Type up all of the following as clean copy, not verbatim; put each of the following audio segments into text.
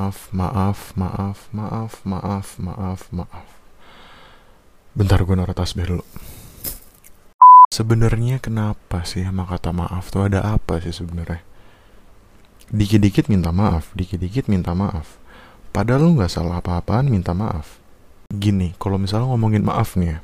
Maaf. Bentar, gue naruh tasbih dulu. Sebenarnya kenapa sih sama kata maaf tuh, ada apa sih sebenarnya? Dikit-dikit minta maaf. Padahal lu nggak salah apa-apaan minta maaf. Gini, kalau misalnya ngomongin maaf nih ya,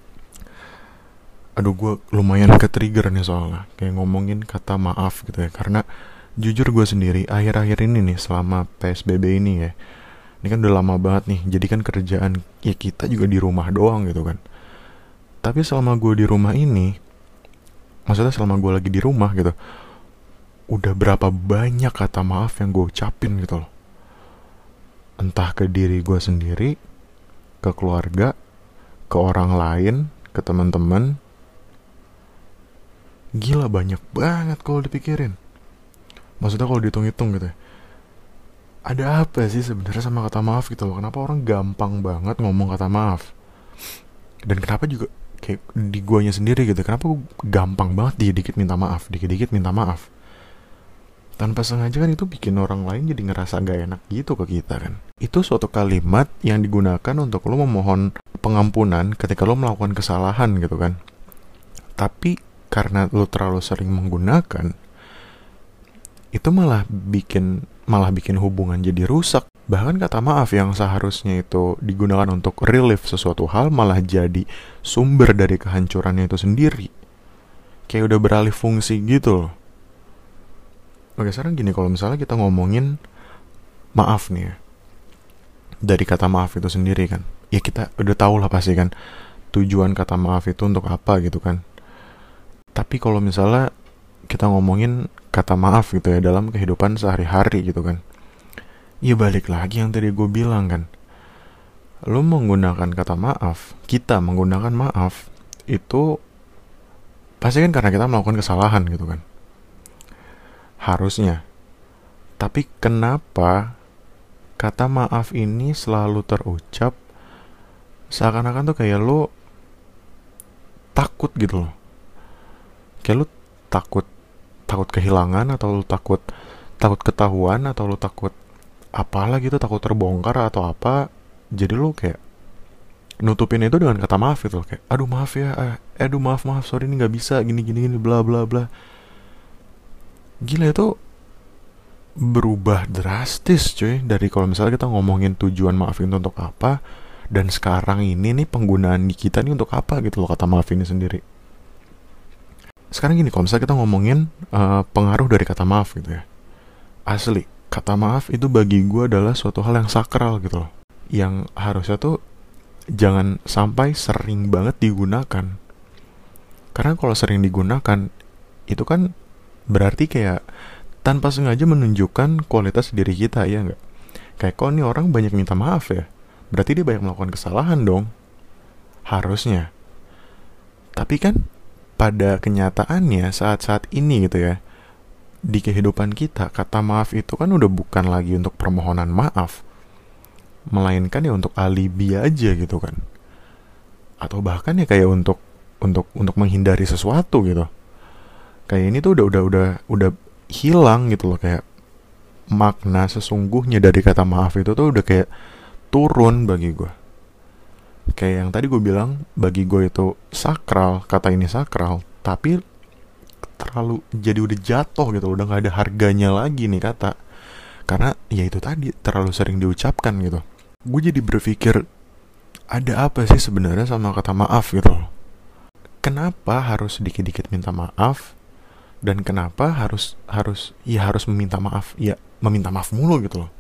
aduh gue lumayan ke-trigger nih soalnya kayak ngomongin kata maaf gitu ya, karena jujur gue sendiri akhir-akhir ini nih selama PSBB ini ya, ini kan udah lama banget nih, jadi kan kerjaan ya kita juga di rumah doang gitu kan. Tapi selama gue di rumah ini, maksudnya selama gue lagi di rumah gitu, udah berapa banyak kata maaf yang gue ucapin gitu loh. Entah ke diri gue sendiri, ke keluarga, ke orang lain, ke teman-teman. Gila, banyak banget kalau dipikirin. Maksudnya kalau dihitung-hitung gitu ya. Ada apa sih sebenarnya sama kata maaf gitu loh? Kenapa orang gampang banget ngomong kata maaf? Dan kenapa juga kayak di guanya sendiri gitu, kenapa gue gampang banget dikit-dikit minta maaf. Tanpa sengaja kan itu bikin orang lain jadi ngerasa gak enak gitu ke kita kan. Itu suatu kalimat yang digunakan untuk lo memohon pengampunan ketika lo melakukan kesalahan gitu kan. Tapi karena lo terlalu sering menggunakan, itu malah bikin hubungan jadi rusak. Bahkan kata maaf yang seharusnya itu digunakan untuk relief sesuatu hal malah jadi sumber dari kehancurannya itu sendiri. Kayak udah beralih fungsi gitu loh. Oke, sekarang gini, kalau misalnya kita ngomongin maaf nih ya, dari kata maaf itu sendiri kan, ya kita udah tahu lah pasti kan tujuan kata maaf itu untuk apa gitu kan. Tapi kalau misalnya kita ngomongin kata maaf gitu ya dalam kehidupan sehari-hari gitu kan, ya balik lagi yang tadi gue bilang kan, lo menggunakan kata maaf, kita menggunakan maaf itu pasti kan karena kita melakukan kesalahan gitu kan, harusnya. Tapi kenapa kata maaf ini selalu terucap seakan-akan tuh kayak lo takut gitu loh, kayak lo takut kehilangan, atau lo takut ketahuan, atau lo takut apalah gitu, takut terbongkar atau apa. Jadi lo kayak nutupin itu dengan kata maaf gitu loh, kayak aduh maaf ya, aduh maaf sorry ini nggak bisa gini bla bla bla. Gila, itu berubah drastis cuy, dari kalau misalnya kita ngomongin tujuan maaf itu untuk apa, dan sekarang ini nih penggunaan di kita nih untuk apa gitu loh kata maaf ini sendiri. Sekarang gini, kalau misalnya kita ngomongin pengaruh dari kata maaf gitu ya, asli kata maaf itu bagi gue adalah suatu hal yang sakral gitu loh, yang harusnya tuh jangan sampai sering banget digunakan. Karena kalau sering digunakan itu kan berarti kayak tanpa sengaja menunjukkan kualitas diri kita, ya nggak? Kayak kok nih orang banyak minta maaf ya, berarti dia banyak melakukan kesalahan dong, harusnya. Tapi kan pada kenyataannya saat-saat ini gitu ya, di kehidupan kita, kata maaf itu kan udah bukan lagi untuk permohonan maaf, melainkan ya untuk alibi aja gitu kan, atau bahkan ya kayak untuk menghindari sesuatu gitu. Kayak ini tuh udah hilang gitu loh, kayak makna sesungguhnya dari kata maaf itu tuh udah kayak turun bagi gue. Kayak yang tadi gue bilang, bagi gue itu sakral, kata ini sakral, tapi terlalu jadi udah jatuh gitu, udah nggak ada harganya lagi nih kata, karena ya itu tadi terlalu sering diucapkan gitu. Gue jadi berpikir, ada apa sih sebenarnya sama kata maaf gitu loh? Kenapa harus dikit-dikit minta maaf? Dan kenapa harus meminta maaf, ya meminta maaf mulu gitu loh.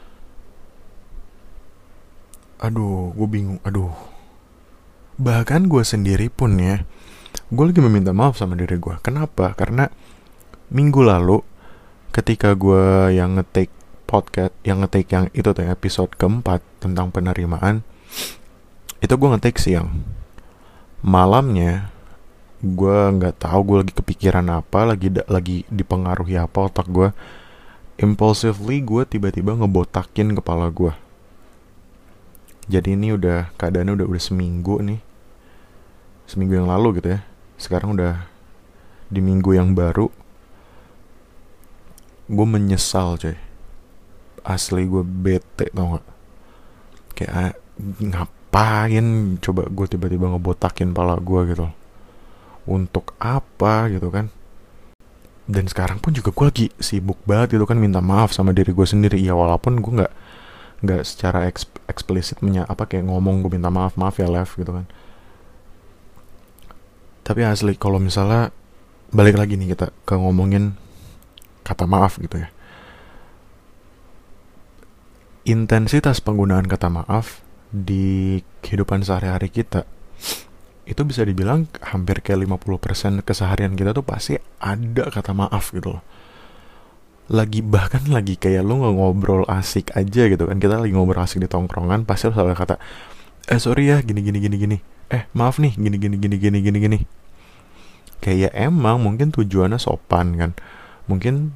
Aduh, gue bingung. Bahkan gue sendiri pun ya, gue lagi meminta maaf sama diri gue. Kenapa? Karena minggu lalu ketika gue yang nge-take podcast, yang itu tuh episode keempat tentang penerimaan, itu gue nge-take siang. Malamnya gue nggak tahu gue lagi kepikiran apa, lagi dipengaruhi apa otak gue, impulsively gue tiba-tiba ngebotakin kepala gue. Jadi ini keadaannya udah seminggu yang lalu gitu ya. Sekarang udah di minggu yang baru, gue menyesal coy. asli gue bete tau gak. Kayak ngapain coba gue tiba-tiba ngebotakin pala gue gitu, untuk apa gitu kan. Dan sekarang pun juga gue lagi sibuk banget gitu kan, minta maaf sama diri gue sendiri. Ya walaupun gue nggak secara eksplisit kayak ngomong gue minta maaf ya Lev gitu kan. Tapi asli kalau misalnya balik lagi nih kita ke ngomongin kata maaf gitu ya, intensitas penggunaan kata maaf di kehidupan sehari-hari kita itu bisa dibilang hampir kayak 50% keseharian kita tuh pasti ada kata maaf gitu loh. Bahkan lagi kayak lu ngobrol asik aja gitu kan, kita lagi ngobrol asik di tongkrongan, pasti lu selalu kata sorry ya gini gini gini gini, maaf nih gini gini gini gini gini gini. Kayak emang mungkin tujuannya sopan kan, mungkin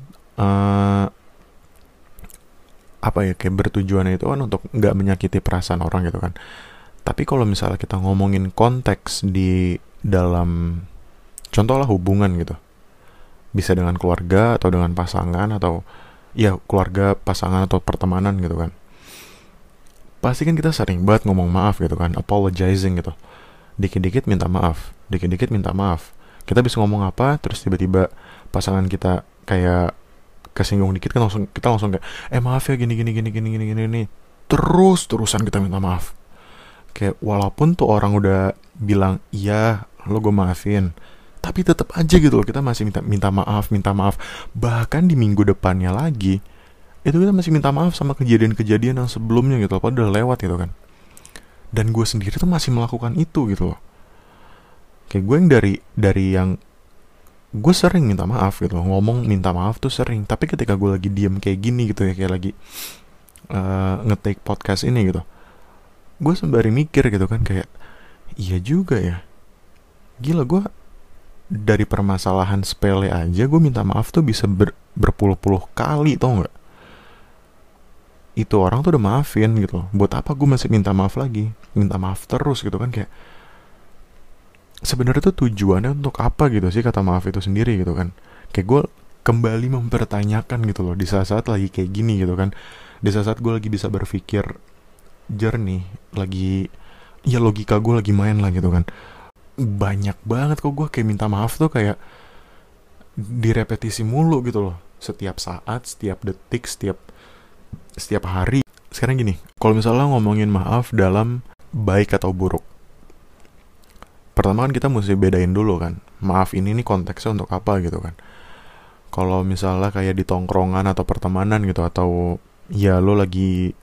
kayak bertujuan itu kan untuk nggak menyakiti perasaan orang gitu kan. Tapi kalau misalnya kita ngomongin konteks di dalam contoh lah hubungan gitu, bisa dengan keluarga atau dengan pasangan, atau ya keluarga, pasangan atau pertemanan gitu kan, pasti kan kita sering banget ngomong maaf gitu kan, apologizing gitu, dikit-dikit minta maaf, dikit-dikit minta maaf. Kita bisa ngomong apa terus tiba-tiba pasangan kita kayak kesinggung dikit kan, kita langsung kayak maaf ya gini gini gini gini gini gini, terusan kita minta maaf. Kayak walaupun tuh orang udah bilang iya lo gue maafin, tapi tetap aja gitu loh kita masih minta maaf. Bahkan di minggu depannya lagi itu kita masih minta maaf sama kejadian-kejadian yang sebelumnya gitu, padahal udah lewat gitu kan. Dan gue sendiri tuh masih melakukan itu gitu loh. Kayak gue yang dari yang gue sering minta maaf gitu loh, ngomong minta maaf tuh sering, tapi ketika gue lagi diem kayak gini gitu ya, kayak lagi nge-take podcast ini gitu, gue sembari mikir gitu kan, kayak iya juga ya, gila gue dari permasalahan sepele aja gue minta maaf tuh bisa berpuluh-puluh kali, tau gak? Itu orang tuh udah maafin gitu loh, buat apa gue masih minta maaf lagi, minta maaf terus gitu kan. Kayak sebenarnya tuh tujuannya untuk apa gitu sih kata maaf itu sendiri gitu kan. Kayak gue kembali mempertanyakan gitu loh di saat-saat lagi kayak gini gitu kan, di saat-saat gue lagi bisa berpikir jernih, lagi ya logika gue lagi main lah gitu kan. Banyak banget kok gue kayak minta maaf tuh kayak direpetisi mulu gitu loh, setiap saat, setiap detik, setiap hari. Sekarang gini, kalau misalnya ngomongin maaf dalam baik atau buruk, pertama kan kita mesti bedain dulu kan, maaf ini nih konteksnya untuk apa gitu kan. Kalau misalnya kayak di tongkrongan atau pertemanan gitu, atau ya lo lagi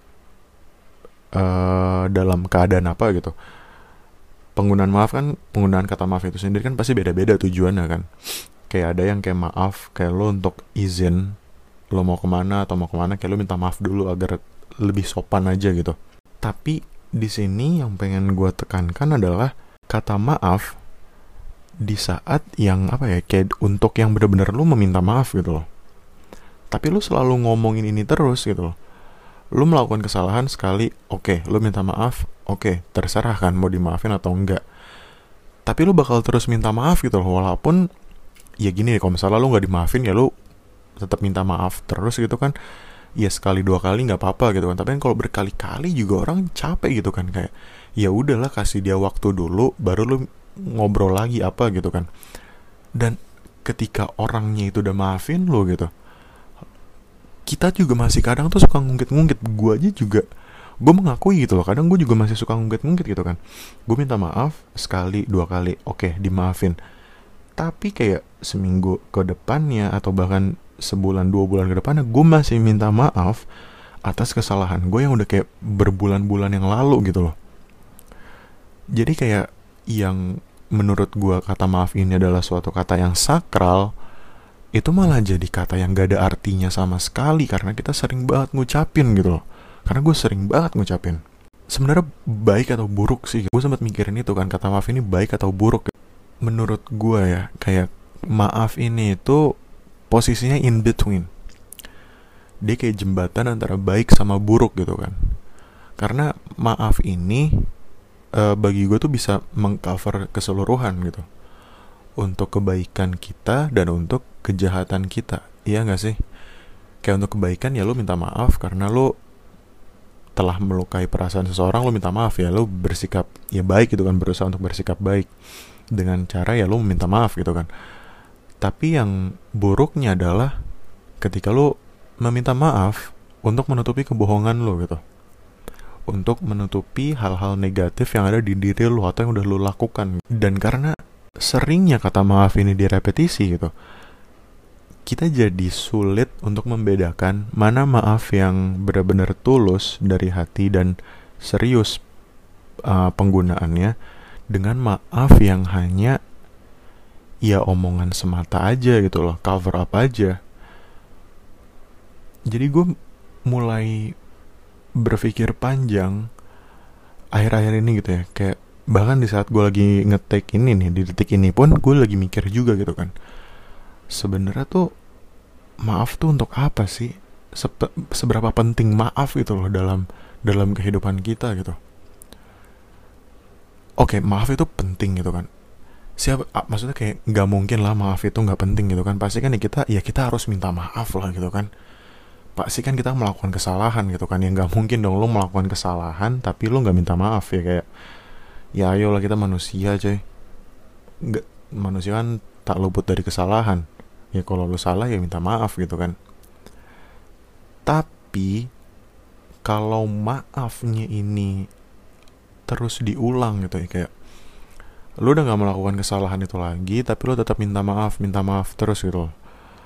dalam keadaan apa gitu, penggunaan kata maaf itu sendiri kan pasti beda-beda tujuannya kan. Kayak ada yang kayak maaf kayak lo untuk izin lo mau kemana atau mau kemana, kayak lo minta maaf dulu agar lebih sopan aja gitu. Tapi di sini yang pengen gue tekankan adalah kata maaf di saat yang kayak untuk yang benar-benar lo meminta maaf gitu loh. Tapi lo selalu ngomongin ini terus gitu loh. Lu melakukan kesalahan sekali, oke, lu minta maaf, oke, terserah kan mau dimaafin atau enggak. Tapi lu bakal terus minta maaf gitu loh, walaupun ya gini deh, kalau misalnya lu nggak dimaafin ya lu tetap minta maaf terus gitu kan. Ya sekali dua kali nggak apa-apa gitu kan, tapi kan kalau berkali-kali juga orang capek gitu kan. Kayak ya udahlah, kasih dia waktu dulu baru lu ngobrol lagi apa gitu kan. Dan ketika orangnya itu udah maafin lu gitu, kita juga masih kadang tuh suka ngungkit-ngungkit. Gue aja juga, gue mengakui gitu loh, kadang gue juga masih suka ngungkit-ngungkit gitu kan. Gue minta maaf sekali dua kali, oke, dimaafin. Tapi kayak seminggu ke depannya atau bahkan sebulan dua bulan ke depannya, gue masih minta maaf atas kesalahan gue yang udah kayak berbulan-bulan yang lalu gitu loh. Jadi kayak yang menurut gue kata maaf ini adalah suatu kata yang sakral, itu malah jadi kata yang gak ada artinya sama sekali karena kita sering banget ngucapin gitu loh. Karena gue sering banget ngucapin. Sebenarnya baik atau buruk sih, gue sempat mikirin itu kan, kata maaf ini baik atau buruk. Menurut gue ya, kayak maaf ini itu posisinya in between. Dia kayak jembatan antara baik sama buruk gitu kan. Karena maaf ini bagi gue tuh bisa mengcover keseluruhan gitu, untuk kebaikan kita dan untuk kejahatan kita, iya gak sih? kayak untuk kebaikan ya lu minta maaf karena lu telah melukai perasaan seseorang, lu minta maaf ya, lu bersikap ya baik gitu kan, berusaha untuk bersikap baik dengan cara ya lu minta maaf gitu kan. Tapi yang buruknya adalah ketika lu meminta maaf untuk menutupi kebohongan lu gitu, untuk menutupi hal-hal negatif yang ada di diri lu atau yang udah lu lakukan. Dan karena seringnya kata maaf ini direpetisi gitu, kita jadi sulit untuk membedakan mana maaf yang benar-benar tulus dari hati dan serius penggunaannya, dengan maaf yang hanya ya omongan semata aja gitu loh, cover up aja. Jadi gue mulai berpikir panjang akhir-akhir ini gitu ya, kayak bahkan di saat gue lagi nge-take ini nih, di detik ini pun gue lagi mikir juga gitu kan, sebenarnya tuh maaf tuh untuk apa sih? Seberapa penting maaf gitu loh dalam kehidupan kita gitu. Oke, maaf itu penting gitu kan. Maksudnya kayak nggak mungkin lah maaf itu nggak penting gitu kan. Pasti kan kita harus minta maaf lah gitu kan. Pasti kan kita melakukan kesalahan gitu kan. Ya nggak mungkin dong lo melakukan kesalahan tapi lo nggak minta maaf ya, kayak ya ayolah, kita manusia coy. Nggak, manusia kan tak luput dari kesalahan. Ya kalau lu salah ya minta maaf gitu kan. Tapi kalau maafnya ini terus diulang gitu ya, kayak lu udah gak melakukan kesalahan itu lagi tapi lu tetap minta maaf terus gitu loh.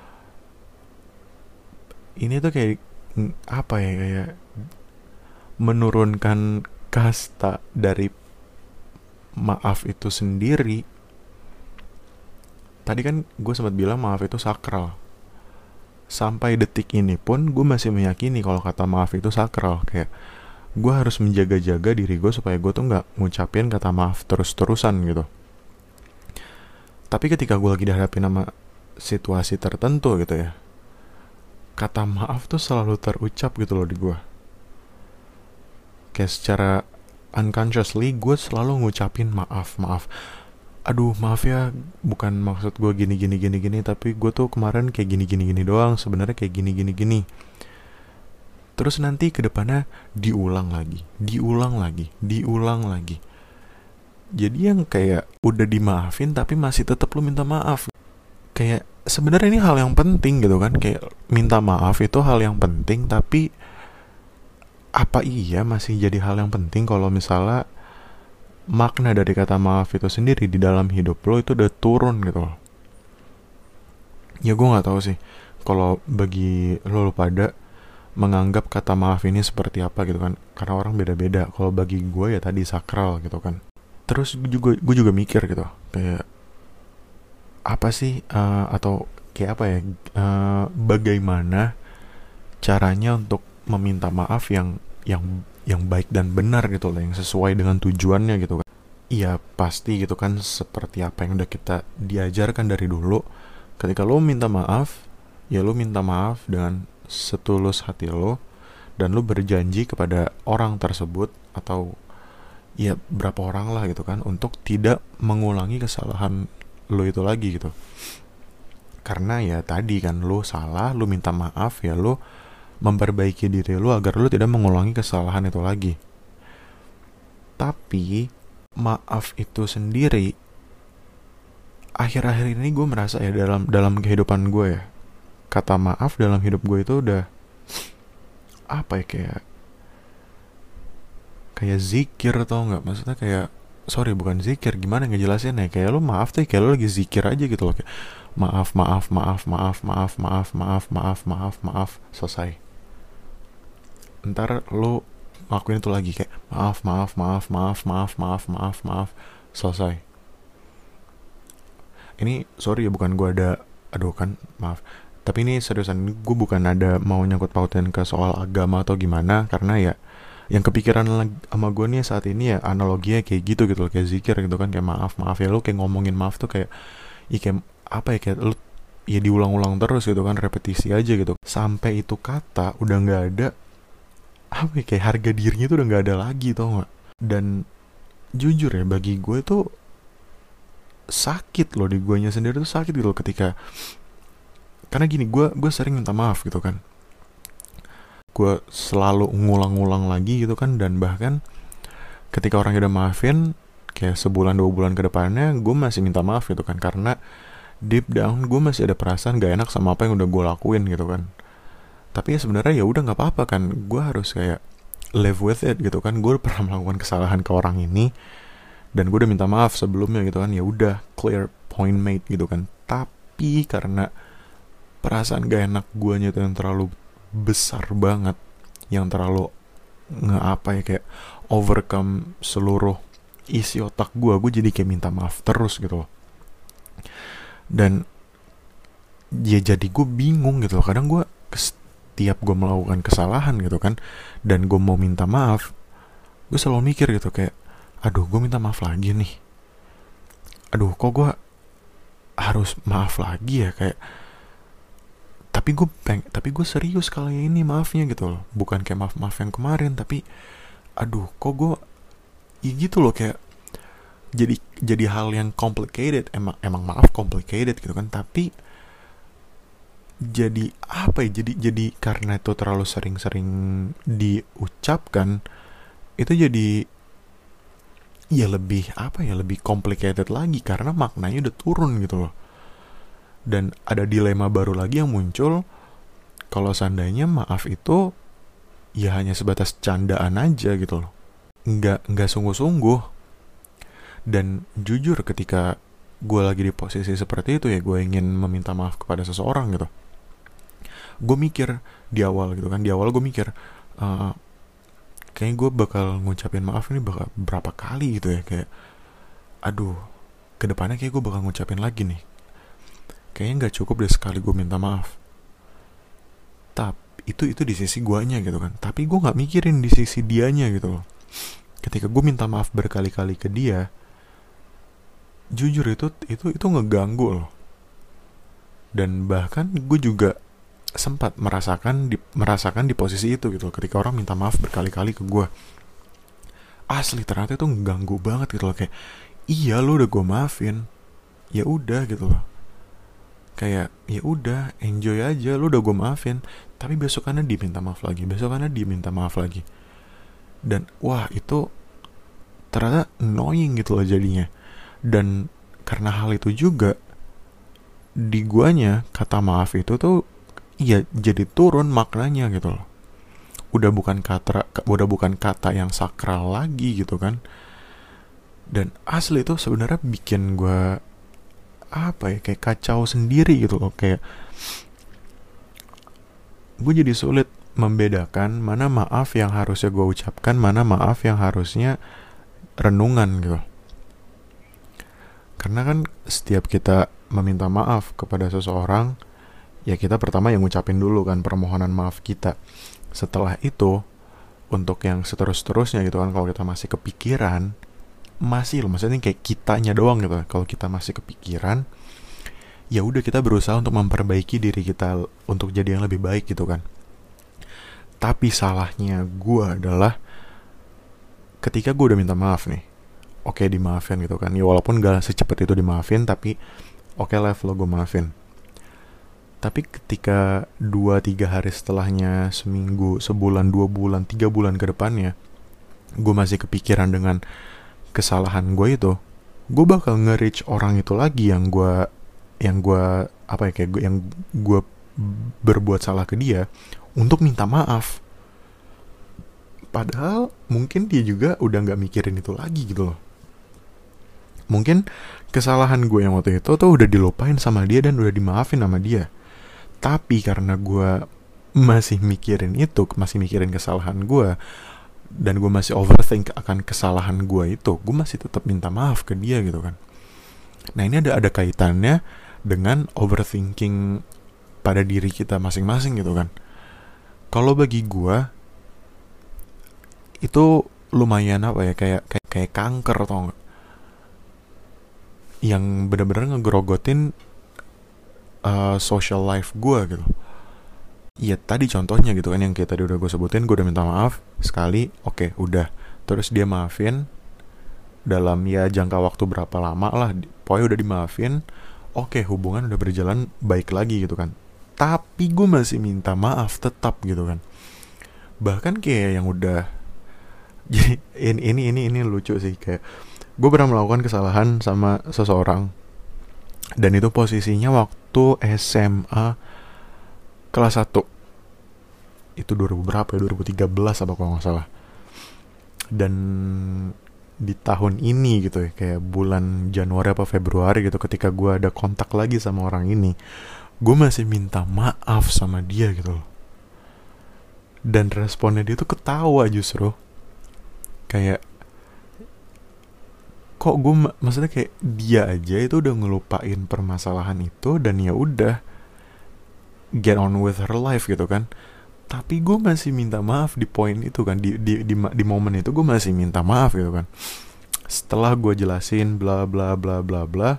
Ini tuh kayak apa ya, kayak menurunkan kasta dari maaf itu sendiri. Tadi kan gue sempat bilang maaf itu sakral. Sampai detik ini pun gue masih meyakini kalau kata maaf itu sakral. Kayak gue harus menjaga-jaga diri gue supaya gue tuh gak ngucapin kata maaf terus-terusan gitu. Tapi ketika gue lagi dihadapin sama situasi tertentu gitu ya, kata maaf tuh selalu terucap gitu loh di gue. Kayak secara unconsciously gue selalu ngucapin maaf. Aduh maaf ya, bukan maksud gue gini, tapi gue tuh kemarin kayak gini doang, sebenarnya kayak gini. Terus nanti kedepannya diulang lagi. Jadi yang kayak udah dimaafin tapi masih tetap lu minta maaf. Kayak sebenarnya ini hal yang penting gitu kan, kayak minta maaf itu hal yang penting, tapi apa iya masih jadi hal yang penting kalau misalnya makna dari kata maaf itu sendiri di dalam hidup lo itu udah turun gitu loh. Ya gue nggak tahu sih kalau bagi lo pada menganggap kata maaf ini seperti apa gitu kan, karena orang beda-beda. Kalau bagi gue ya tadi sakral gitu kan. Terus gue juga mikir gitu, kayak apa sih atau kayak apa ya, bagaimana caranya untuk meminta maaf yang baik dan benar gitu loh, yang sesuai dengan tujuannya gitu kan. Iya pasti gitu kan, seperti apa yang udah kita diajarkan dari dulu. Ketika lo minta maaf, ya lo minta maaf dengan setulus hati lo, dan lo berjanji kepada orang tersebut atau ya berapa orang lah gitu kan, untuk tidak mengulangi kesalahan lo itu lagi gitu. Karena ya tadi kan lo salah, lo minta maaf, ya lo memperbaiki diri lo agar lo tidak mengulangi kesalahan itu lagi. Tapi maaf itu sendiri akhir-akhir ini gue merasa ya dalam kehidupan gue ya, kata maaf dalam hidup gue itu udah apa ya, kayak zikir tau nggak, maksudnya kayak sorry bukan zikir, gimana ngejelasin ya, kayak lo maaf tuh kayak lo lagi zikir aja gitu loh, kayak maaf selesai. Ntar lo ngelakuin itu lagi kayak maaf selesai. Ini sorry ya, bukan gue ada aduh kan maaf, tapi ini seriusan, gue bukan ada mau nyangkut pautin ke soal agama atau gimana, karena ya yang kepikiran sama gue nih saat ini ya analoginya kayak gitu loh, kayak zikir gitu kan, kayak maaf ya, lo kayak ngomongin maaf tuh kayak kayak apa ya, kayak lo ya diulang-ulang terus gitu kan, repetisi aja gitu sampai itu kata udah nggak ada apa ya, kayak harga dirinya tuh udah nggak ada lagi tau nggak. Dan jujur ya bagi gue tuh sakit loh, di guanya sendiri tuh sakit gitu loh ketika, karena gini, gue sering minta maaf gitu kan, gue selalu ngulang-ngulang lagi gitu kan. Dan bahkan ketika orang udah maafin, kayak sebulan 2 bulan ke depannya gue masih minta maaf gitu kan, karena deep down gue masih ada perasaan gak enak sama apa yang udah gue lakuin gitu kan. Tapi ya sebenarnya ya udah nggak apa-apa kan, gue harus kayak live with it gitu kan. Gue pernah melakukan kesalahan ke orang ini dan gue udah minta maaf sebelumnya gitu kan, ya udah, clear, point made gitu kan. Tapi karena perasaan gak enak guanya itu yang terlalu besar banget, yang terlalu apa ya, kayak overcome seluruh isi otak gue jadi kayak minta maaf terus gitu loh. Dan ya jadi gue bingung gitu loh. Kadang gue setiap gue melakukan kesalahan gitu kan, dan gue mau minta maaf, gue selalu mikir gitu kayak, aduh gue minta maaf lagi nih, aduh kok gue harus maaf lagi ya, kayak tapi gue serius kali ini maafnya gitu loh, bukan kayak maaf yang kemarin, tapi aduh kok gue gitu loh, kayak jadi hal yang complicated. Emang maaf complicated gitu kan, tapi jadi apa ya, jadi karena itu terlalu sering-sering diucapkan, itu jadi ya lebih apa ya, lebih complicated lagi karena maknanya udah turun gitu loh. Dan ada dilema baru lagi yang muncul, kalau seandainya maaf itu ya hanya sebatas candaan aja gitu loh, nggak sungguh-sungguh. Dan jujur ketika gue lagi di posisi seperti itu ya, gue ingin meminta maaf kepada seseorang gitu, gue mikir di awal gitu kan, di awal gue mikir kayaknya gue bakal ngucapin maaf ini bakal berapa kali gitu ya, kayak aduh kedepannya kayak gue bakal ngucapin lagi nih, kayaknya nggak cukup deh sekali gue minta maaf. Tapi itu di sisi guanya gitu kan, tapi gue nggak mikirin di sisi dianya gitu loh. Ketika gue minta maaf berkali-kali ke dia, jujur itu ngeganggu loh. Dan bahkan gue juga sempat merasakan di posisi itu gitu loh, ketika orang minta maaf berkali-kali ke gue. Asli ternyata itu ngeganggu banget gitu loh, kayak iya lo udah gue maafin, ya udah gitu loh, kayak ya udah enjoy aja, lu udah gue maafin, tapi besokannya dia minta maaf lagi, besokannya dia minta maaf lagi. Dan wah itu ternyata annoying gitu loh jadinya. Dan karena hal itu juga, di guanya kata maaf itu tuh iya jadi turun maknanya gitu loh. Udah bukan kata yang sakral lagi gitu kan. Dan asli itu sebenarnya bikin gue apa ya, kayak kacau sendiri gitu loh, kayak gue jadi sulit membedakan mana maaf yang harusnya gue ucapkan, mana maaf yang harusnya renungan gitu. Karena kan setiap kita meminta maaf kepada seseorang, ya kita pertama yang ngucapin dulu kan permohonan maaf kita. Setelah itu untuk yang seterus-terusnya gitu kan, kalau kita masih kepikiran, masih loh, maksudnya kayak kitanya doang gitu. Kalau kita masih kepikiran, ya udah kita berusaha untuk memperbaiki diri kita untuk jadi yang lebih baik gitu kan. Tapi salahnya gue adalah ketika gue udah minta maaf nih, oke dimaafin gitu kan, ya walaupun gak secepat itu dimaafin, tapi oke level gue maafin. Tapi ketika 2-3 hari setelahnya, seminggu, sebulan, 2 bulan, 3 bulan ke depannya, gue masih kepikiran dengan kesalahan gue itu, gue bakal nge-reach orang itu lagi yang gue apa ya, kayak yang gue berbuat salah ke dia, untuk minta maaf. Padahal mungkin dia juga udah nggak mikirin itu lagi gitu loh. Mungkin kesalahan gue yang waktu itu tuh udah dilupain sama dia dan udah dimaafin sama dia. Tapi karena gue masih mikirin itu, masih mikirin kesalahan gue, dan gue masih overthink akan kesalahan gue itu, gue masih tetap minta maaf ke dia gitu kan. Nah ini ada kaitannya dengan overthinking pada diri kita masing-masing gitu kan. Kalau bagi gue itu lumayan apa ya, kayak kanker atau enggak, yang benar-benar ngegrogotin social life gue gitu. Ya tadi contohnya gitu kan, yang kayak tadi udah gue sebutin, gue udah minta maaf sekali, oke udah, terus dia maafin dalam ya jangka waktu berapa lama lah, pokoknya udah dimaafin, oke hubungan udah berjalan baik lagi gitu kan. Tapi gue masih minta maaf tetap gitu kan. Bahkan kayak yang udah jadi ini lucu sih, kayak gue pernah melakukan kesalahan sama seseorang, dan itu posisinya waktu SMA kelas 1. Itu 2000 berapa ya, 2013 apa kalau nggak salah. Dan di tahun ini gitu ya, kayak bulan Januari apa Februari gitu, ketika gue ada kontak lagi sama orang ini, gue masih minta maaf sama dia gitu loh. Dan responnya dia tuh ketawa justru. Kayak kok gue maksudnya kayak dia aja itu udah ngelupain permasalahan itu dan ya udah get on with her life gitu kan. Tapi gue masih minta maaf di poin itu kan, di momen itu gue masih minta maaf gitu kan. Setelah gue jelasin bla bla bla bla bla,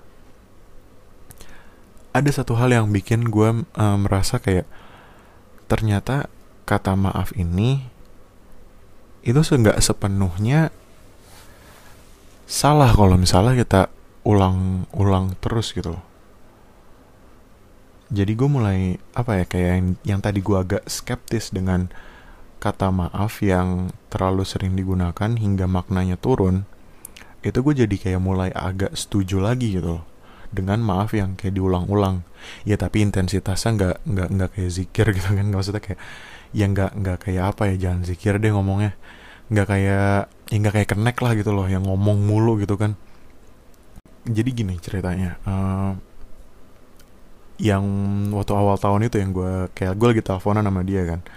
ada satu hal yang bikin gue merasa kayak ternyata kata maaf ini itu nggak sepenuhnya salah kalau misalnya kita ulang-ulang terus gitu loh. Jadi gue mulai apa ya, kayak yang tadi gue agak skeptis dengan kata maaf yang terlalu sering digunakan hingga maknanya turun, itu gue jadi kayak mulai agak setuju lagi gitu loh dengan maaf yang kayak diulang-ulang. Ya tapi intensitasnya nggak kayak zikir gitu kan, nggak, maksudnya kayak ya nggak kayak apa ya, jangan zikir deh ngomongnya, nggak kayak ya nggak kayak connect lah gitu loh, yang ngomong mulu gitu kan. Jadi gini ceritanya, yang waktu awal tahun itu yang gue lagi teleponan sama dia kan,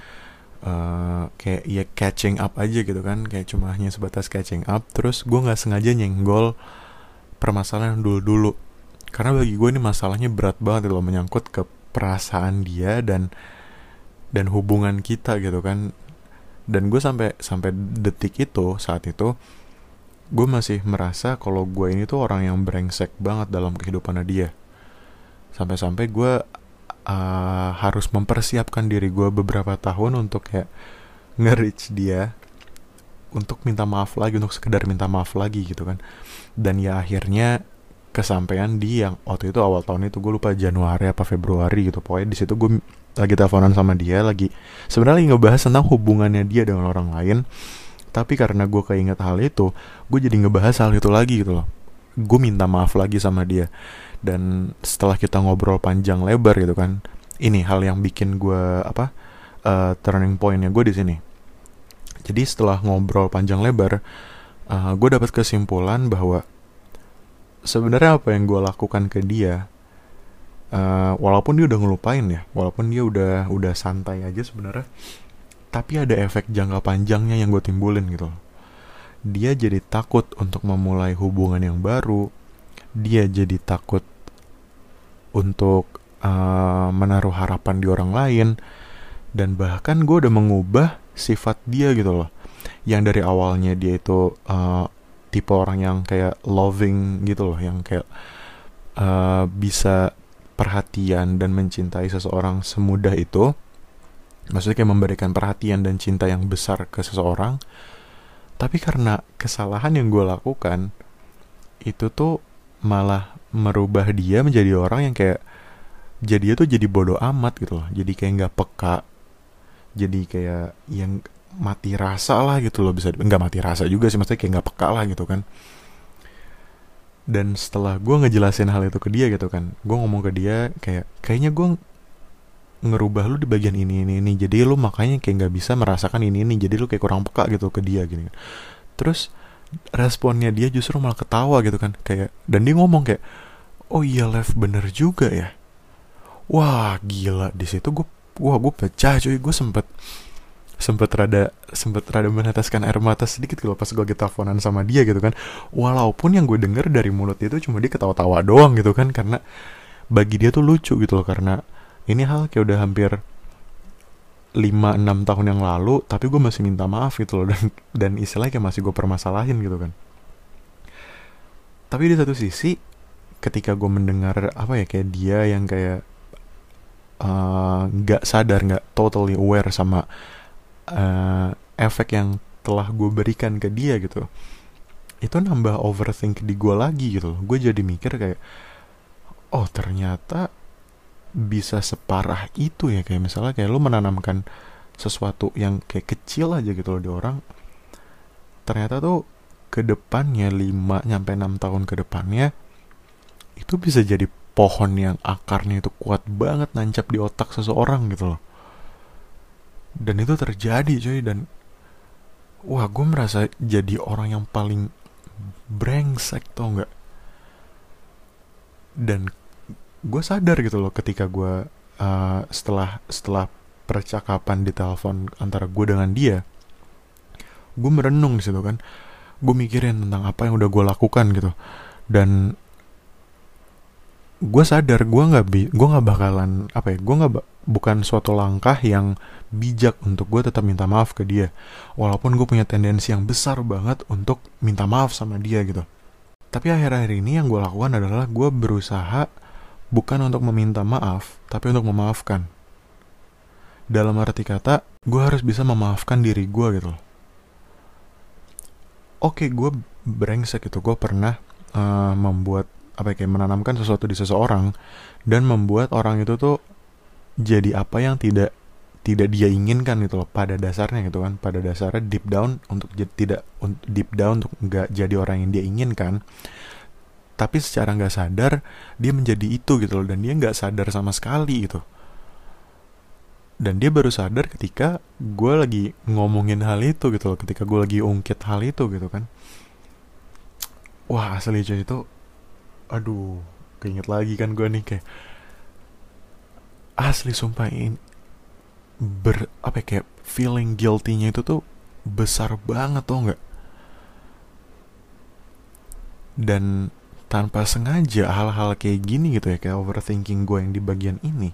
kayak ya catching up aja gitu kan, kayak cuma hanya sebatas catching up. Terus gue nggak sengaja nyenggol permasalahan dulu karena bagi gue ini masalahnya berat banget loh, menyangkut ke perasaan dia dan hubungan kita gitu kan. Dan gue sampai detik itu, saat itu gue masih merasa kalau gue ini tuh orang yang brengsek banget dalam kehidupannya dia. Sampai-sampai gue harus mempersiapkan diri gue beberapa tahun untuk kayak nge-reach dia untuk minta maaf lagi, untuk sekedar minta maaf lagi gitu kan. Dan ya akhirnya kesampaian di yang waktu itu awal tahun itu, gue lupa Januari apa Februari gitu. Pokoknya di situ gue lagi teleponan sama dia, lagi sebenarnya lagi ngebahas tentang hubungannya dia dengan orang lain. Tapi karena gue keinget hal itu, gue jadi ngebahas hal itu lagi gitu loh. Gue minta maaf lagi sama dia. Dan setelah kita ngobrol panjang lebar gitu kan, ini hal yang bikin gue turning pointnya gue di sini. Jadi setelah ngobrol panjang lebar, gue dapat kesimpulan bahwa sebenarnya apa yang gue lakukan ke dia, walaupun dia udah ngelupain ya, walaupun dia udah santai aja sebenarnya, tapi ada efek jangka panjangnya yang gue timbulin gitu loh. Dia jadi takut untuk memulai hubungan yang baru. Dia jadi takut untuk menaruh harapan di orang lain. Dan bahkan gue udah mengubah sifat dia gitu loh, yang dari awalnya dia itu tipe orang yang kayak loving gitu loh, yang kayak bisa perhatian dan mencintai seseorang semudah itu. Maksudnya kayak memberikan perhatian dan cinta yang besar ke seseorang. Tapi karena kesalahan yang gue lakukan, itu tuh malah merubah dia menjadi orang yang kayak jadi bodoh amat gitu loh. Jadi kayak nggak peka, jadi kayak yang mati rasa lah gitu loh, bisa nggak mati rasa juga sih, maksudnya kayak nggak peka lah gitu kan. Dan setelah gue ngejelasin hal itu ke dia gitu kan, gue ngomong ke dia kayaknya gue ngerubah lu di bagian ini, jadi lu makanya kayak nggak bisa merasakan ini, jadi lu kayak kurang peka gitu ke dia gini. Terus responnya dia justru malah ketawa gitu kan, kayak, dan dia ngomong kayak, oh iya Lev, bener juga ya. Wah gila, di situ gue pecah cuy. Gue sempet rada meneteskan air mata sedikit kalau pas gue teleponan sama dia gitu kan. Walaupun yang gue denger dari mulut itu cuma dia ketawa-tawa doang gitu kan, karena bagi dia tuh lucu gitu loh, karena ini hal kayak udah hampir 5-6 tahun yang lalu, tapi gue masih minta maaf gitu loh, dan istilahnya kayak masih gue permasalahin gitu kan. Tapi di satu sisi, ketika gue mendengar kayak dia yang kayak nggak sadar, nggak totally aware sama efek yang telah gue berikan ke dia gitu, itu nambah overthink di gue lagi gitu loh. Gue jadi mikir kayak, oh ternyata bisa separah itu ya, kayak misalnya kayak lu menanamkan sesuatu yang kayak kecil aja gitu loh di orang, ternyata tuh ke depannya 5 sampai 6 tahun ke depannya itu bisa jadi pohon yang akarnya itu kuat banget nancap di otak seseorang gitu loh. Dan itu terjadi cuy, dan wah gue merasa jadi orang yang paling brengsek tau nggak. Dan gue sadar gitu loh ketika gue setelah setelah percakapan di telepon antara gue dengan dia, gue merenung di situ kan, gue mikirin tentang apa yang udah gue lakukan gitu. Dan gue sadar gue nggak bakalan apa ya, bukan suatu langkah yang bijak untuk gue tetap minta maaf ke dia, walaupun gue punya tendensi yang besar banget untuk minta maaf sama dia gitu. Tapi akhir-akhir ini yang gue lakukan adalah gue berusaha bukan untuk meminta maaf, tapi untuk memaafkan. Dalam arti kata, gue harus bisa memaafkan diri gue gitu loh. Oke, gue brengsek gitu, gue pernah membuat apa ya, kayak menanamkan sesuatu di seseorang dan membuat orang itu tuh jadi apa yang tidak dia inginkan gitu loh pada dasarnya gitu kan. Pada dasarnya deep down untuk deep down untuk nggak jadi orang yang dia inginkan, tapi secara nggak sadar dia menjadi itu gitu loh, dan dia nggak sadar sama sekali gitu. Dan dia baru sadar ketika gue lagi ngomongin hal itu gitu loh, ketika gue lagi ungkit hal itu gitu kan. Wah asli cuy itu, aduh, keinget lagi kan gue nih kayak asli sumpah ini apa ya, kayak feeling guilty-nya itu tuh besar banget tau nggak. Dan tanpa sengaja hal-hal kayak gini gitu ya, kayak overthinking gue yang di bagian ini,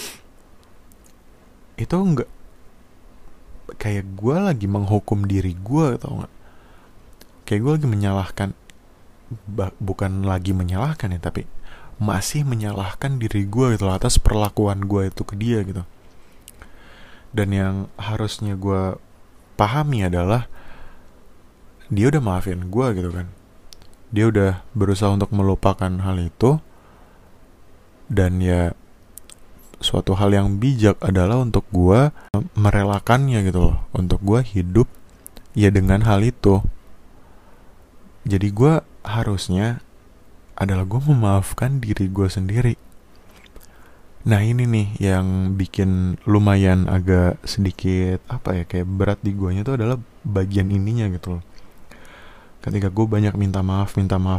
itu nggak kayak gue lagi menghukum diri gue tau nggak. Kayak gue lagi menyalahkan, bukan lagi menyalahkan ya, tapi masih menyalahkan diri gue gitu loh atas perlakuan gue itu ke dia gitu. Dan yang harusnya gue pahami adalah dia udah maafin gue gitu kan, dia udah berusaha untuk melupakan hal itu. Dan ya suatu hal yang bijak adalah untuk gue merelakannya gitu loh, untuk gue hidup ya dengan hal itu. Jadi gue harusnya adalah gue memaafkan diri gue sendiri. Nah ini nih yang bikin lumayan agak sedikit apa ya, kayak berat di guanya tuh adalah bagian ininya gitu loh. Ketika gue banyak minta maaf,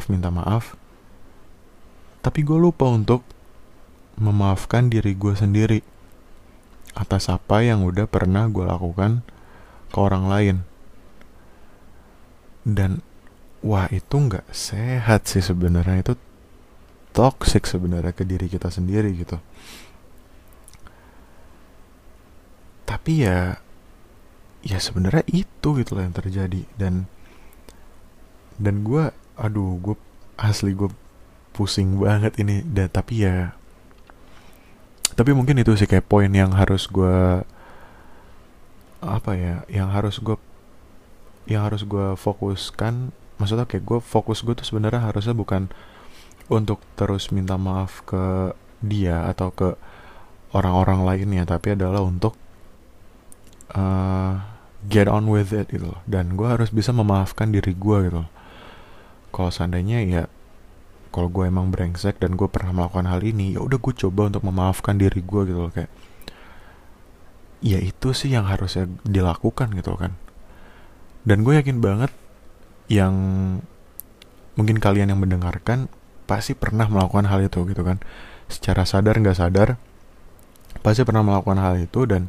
tapi gue lupa untuk memaafkan diri gue sendiri atas apa yang udah pernah gue lakukan ke orang lain. Dan wah itu nggak sehat sih sebenarnya, itu toxic sebenarnya ke diri kita sendiri gitu. Tapi ya sebenarnya itu gitu loh yang terjadi. Dan gue asli gue pusing banget ini. Dan tapi mungkin itu sih kayak poin yang harus gue apa ya, yang harus gue fokuskan. Maksudnya kayak fokus gue tuh sebenarnya harusnya bukan untuk terus minta maaf ke dia atau ke orang-orang lainnya, tapi adalah untuk get on with it gitu loh. Dan gue harus bisa memaafkan diri gue gitu loh. Kalau seandainya ya, kalau gue emang brengsek dan gue pernah melakukan hal ini, ya udah gue coba untuk memaafkan diri gue gitu loh. Kayak ya itu sih yang harusnya dilakukan gitu kan. Dan gue yakin banget yang mungkin kalian yang mendengarkan pasti pernah melakukan hal itu gitu kan, secara sadar nggak sadar pasti pernah melakukan hal itu. Dan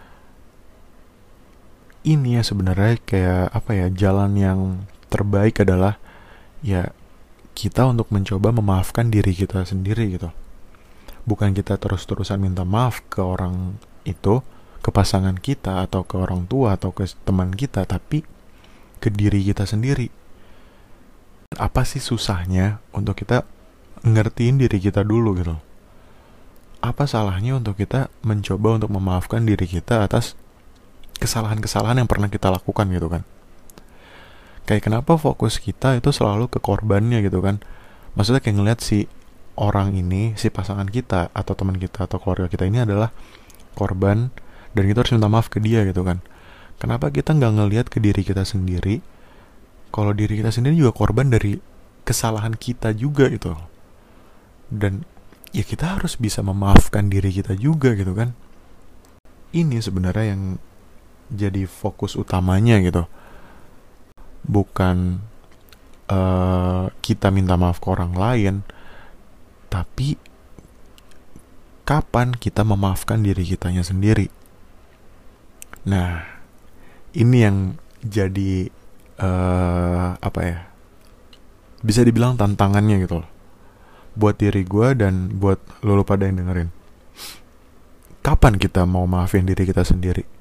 ini ya sebenarnya kayak apa ya, jalan yang terbaik adalah ya kita untuk mencoba memaafkan diri kita sendiri gitu. Bukan kita terus-terusan minta maaf ke orang itu, ke pasangan kita atau ke orang tua atau ke teman kita, tapi ke diri kita sendiri. Apa sih susahnya untuk kita ngertiin diri kita dulu gitu? Apa salahnya untuk kita mencoba untuk memaafkan diri kita atas kesalahan-kesalahan yang pernah kita lakukan gitu kan? Kayak kenapa fokus kita itu selalu ke korbannya gitu kan? Maksudnya kayak ngeliat si orang ini, si pasangan kita atau teman kita atau keluarga kita ini adalah korban, dan kita harus minta maaf ke dia gitu kan. Kenapa kita nggak ngelihat ke diri kita sendiri, kalau diri kita sendiri juga korban dari kesalahan kita juga gitu. Dan ya kita harus bisa memaafkan diri kita juga gitu kan. Ini sebenarnya yang jadi fokus utamanya gitu. Bukan kita minta maaf ke orang lain, tapi kapan kita memaafkan diri kitanya sendiri. Nah, ini yang jadi apa ya? Bisa dibilang tantangannya gitu loh. Buat diri gue dan buat lo pada yang dengerin. Kapan kita mau maafin diri kita sendiri?